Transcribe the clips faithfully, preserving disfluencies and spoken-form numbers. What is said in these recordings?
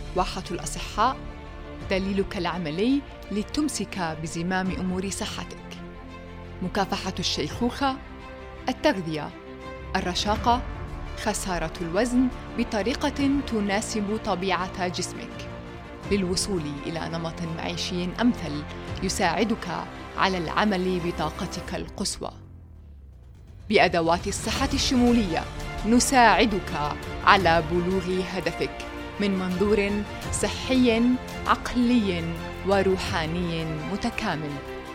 واحة الأصحاء دليلك العملي لتمسك بزمام أمور صحتك. مكافحة الشيخوخة، التغذية، الرشاقة، خسارة الوزن بطريقة تناسب طبيعة جسمك، للوصول إلى نمط معيشي أمثل يساعدك على العمل بطاقتك القصوى. بأدوات الصحة الشمولية نساعدك على بلوغ هدفك من منظور صحي عقلي وروحاني متكامل.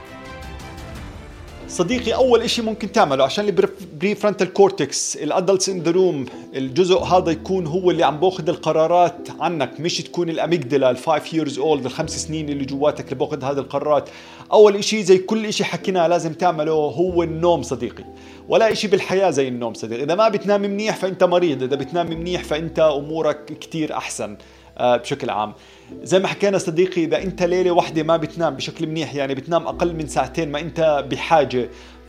صديقي، أول إشي ممكن تعمله عشان البري فرونتال كورتكس الأدلتس إن ذا روم، الجزء هذا يكون هو اللي عم باخذ القرارات عنك، مش تكون الأميجدلا الفايف ييرز أولد الخمس سنين اللي جواتك اللي باخذ هذه القرارات. أول إشي زي كل إشي حكينا لازم تعمله هو النوم صديقي. ولا إشي بالحياة زي النوم صديقي. إذا ما بتنام منيح فأنت مريض، إذا بتنام منيح فأنت أمورك كتير أحسن. آه بشكل عام زي ما حكينا صديقي، إذا أنت ليلة واحدة ما بتنام بشكل منيح، يعني بتنام أقل من ساعتين ما أنت بحاجة،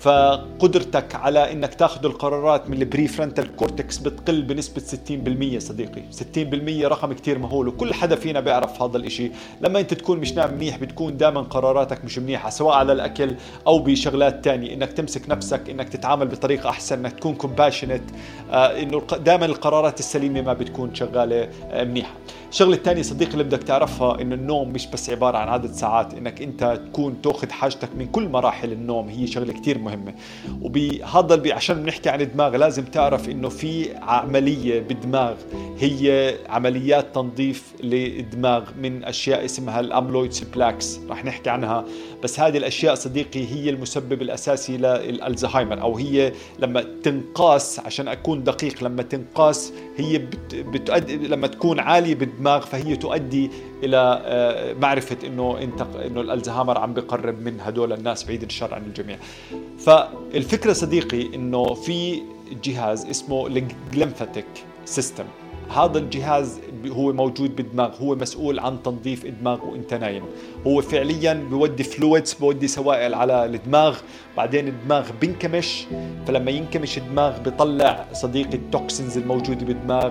فقدرتك على انك تاخذ القرارات من البري فرونتال كورتكس بتقل بنسبة ستين بالمية صديقي. ستين بالمية رقم كتير مهول، وكل حدا فينا بيعرف هذا الاشي. لما انت تكون مش نام منيح بتكون دائما قراراتك مش منيحة، سواء على الاكل او بشغلات تانية، انك تمسك نفسك، انك تتعامل بطريقة احسن، انك تكون كومباشنت، آه انه دائما القرارات السليمة ما بتكون شغالة آه منيحة. الشغلة الثانية صديقي اللي بدك تعرفها انه النوم مش بس عبارة عن عدد ساعات، انك انت تكون تاخذ حاجتك من كل مراحل النوم، هي شغلة كتير مهمة. وبهذا عشان بنحكي عن الدماغ لازم تعرف انه في عملية بالدماغ هي عمليات تنظيف للدماغ من اشياء اسمها الاملويدز بلاكس، رح نحكي عنها. بس هذه الاشياء صديقي هي المسبب الاساسي للالزهايمر، او هي لما تنقاس، عشان اكون دقيق، لما تنقاس هي بتؤدي، لما تكون عالية بالدماغ فهي تؤدي الى معرفة انه انت انه الالزهايمر عم بقرب من هدول الناس، بعيد الشر عن الجميع. فالفكرة صديقي انه في جهاز اسمه الجليمفاتيك سيستم. هذا الجهاز هو موجود بالدماغ، هو مسؤول عن تنظيف الدماغ وانت نايم. هو فعليا بيودي فلويدز، بيودي سوائل على الدماغ، بعدين الدماغ بينكمش. فلما ينكمش الدماغ بيطلع صديقي التوكسينز الموجودة بالدماغ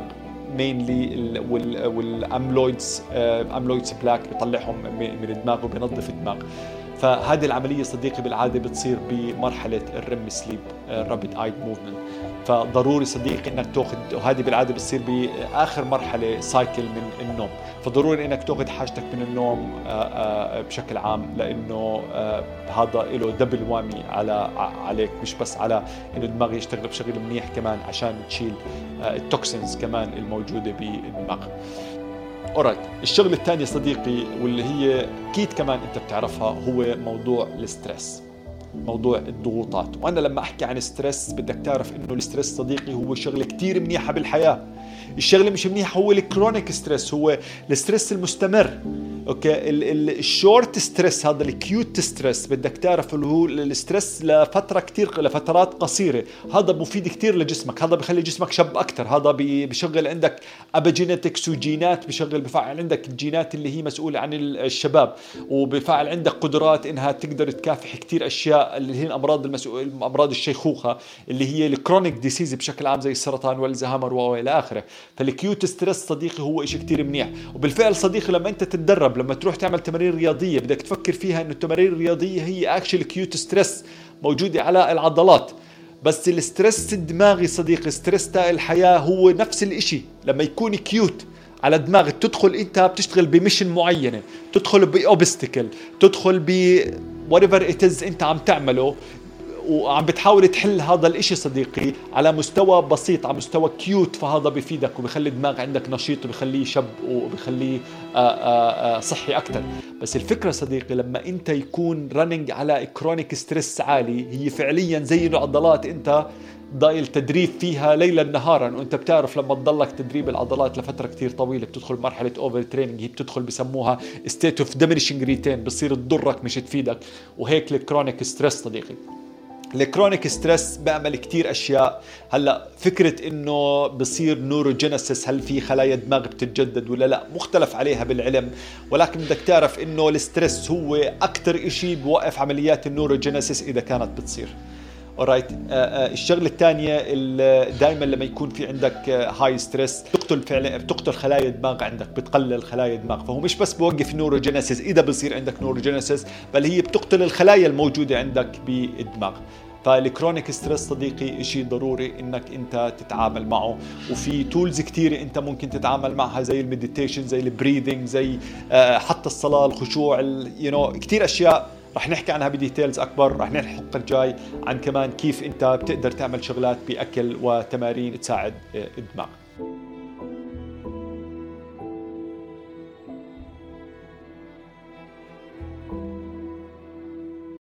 مينلي والاملويدز املويدز بلاك، بيطلعهم من الدماغ وبينظف الدماغ. فهذه العملية صديقي بالعادة بتصير بمرحلة الريم سليب، رابيد اي موفمنت. فضروري صديقي انك تاخذ، وهذه بالعادة بتصير باخر مرحلة سايكل من النوم، فضروري انك تاخذ حاجتك من النوم بشكل عام، لانه هذا له دبل وامي على عليك، مش بس على انه الدماغ يشتغل بشكل منيح، كمان عشان تشيل التوكسينز كمان الموجودة بالدماغ. أورايت، الشغل الثاني صديقي واللي هي أكيد كمان أنت بتعرفها هو موضوع الستريس، موضوع الضغوطات. وأنا لما أحكي عن ستريس بدك تعرف إنه الستريس صديقي هو شغلة كتير منيحة بالحياة. الشغلة مش منيحة هو الكرونيك ستريس، هو الستريس المستمر. اوكي، الشورت ستريس هذا الكيوت ستريس بدك تعرف اللي هو الستريس لفتره كتير، لفترات قصيره، هذا مفيد كتير لجسمك، هذا بخلي جسمك شاب اكثر، هذا بيشغل عندك ابيجينيتكس وجينات، بشغل بفعل عندك الجينات اللي هي مسؤوله عن الشباب، وبفعل عندك قدرات انها تقدر تكافح كتير اشياء اللي هي الامراض المسؤول امراض الشيخوخه اللي هي الكرونيك ديسيز بشكل عام زي السرطان والزهايمر والى اخره. فالكيوت ستريس صديقي هو شيء كتير منيح. وبالفعل صديقي لما انت تتدرب، لما تروح تعمل تمارين رياضية، بدك تفكر فيها انه التمارين الرياضية هي اكشلي كيوت ستريس موجودة على العضلات. بس الستريس الدماغي صديقي، ستريس تاع الحياة، هو نفس الاشي. لما يكون كيوت على دماغك، تدخل انت بتشتغل بميشن معينة، تدخل بأوبستيكل، تدخل ب whatever it is انت عم تعمله، وعم بتحاول تحل هذا الاشي صديقي على مستوى بسيط، على مستوى كيوت، فهذا بيفيدك وبيخلي الدماغ عندك نشيط وبيخليه شب وبيخليه صحي أكتر. بس الفكرة صديقي لما انت يكون رننج على كرونيك ستريس عالي، هي فعليا زي العضلات انت ضايل تدريب فيها ليلا نهارا. وانت بتعرف لما تضلك تدريب العضلات لفترة كتير طويلة بتدخل مرحلة اوفر تريننج، هي بتدخل بسموها ستيت اوف ديمينيشنج ريتين، بصير تضرك مش تفيدك. وهيك الكرونيك ستريس صديقي. الكرونيك ستريس بيعمل كتير أشياء. هلأ فكرة إنه بصير نوروجينيسيس، هل في خلايا دماغ بتتجدد ولا لا، مختلف عليها بالعلم، ولكن بدك تعرف إنه الستريس هو أكتر إشي بوقف عمليات النوروجينيسيس إذا كانت بتصير. alright. الشغله الثانيه دائما لما يكون في عندك هاي ستريس بتقتل فعلا بتقتل خلايا الدماغ عندك، بتقلل خلايا الدماغ. فهو مش بس بوقف النوروجينيسيس اذا بصير عندك نوروجينيسيس، بل هي بتقتل الخلايا الموجوده عندك بالدماغ. فالكرونيك ستريس صديقي شيء ضروري انك انت تتعامل معه، وفي تولز كثيره انت ممكن تتعامل معها زي المديتيشن، زي البريذنج، زي حتى الصلاه، الخشوع، يو نو كثير اشياء رح نحكي عنها بديتيلز اكبر. رح نحكي الحلقه الجاي عن كمان كيف انت بتقدر تعمل شغلات باكل وتمارين تساعد الدماغ.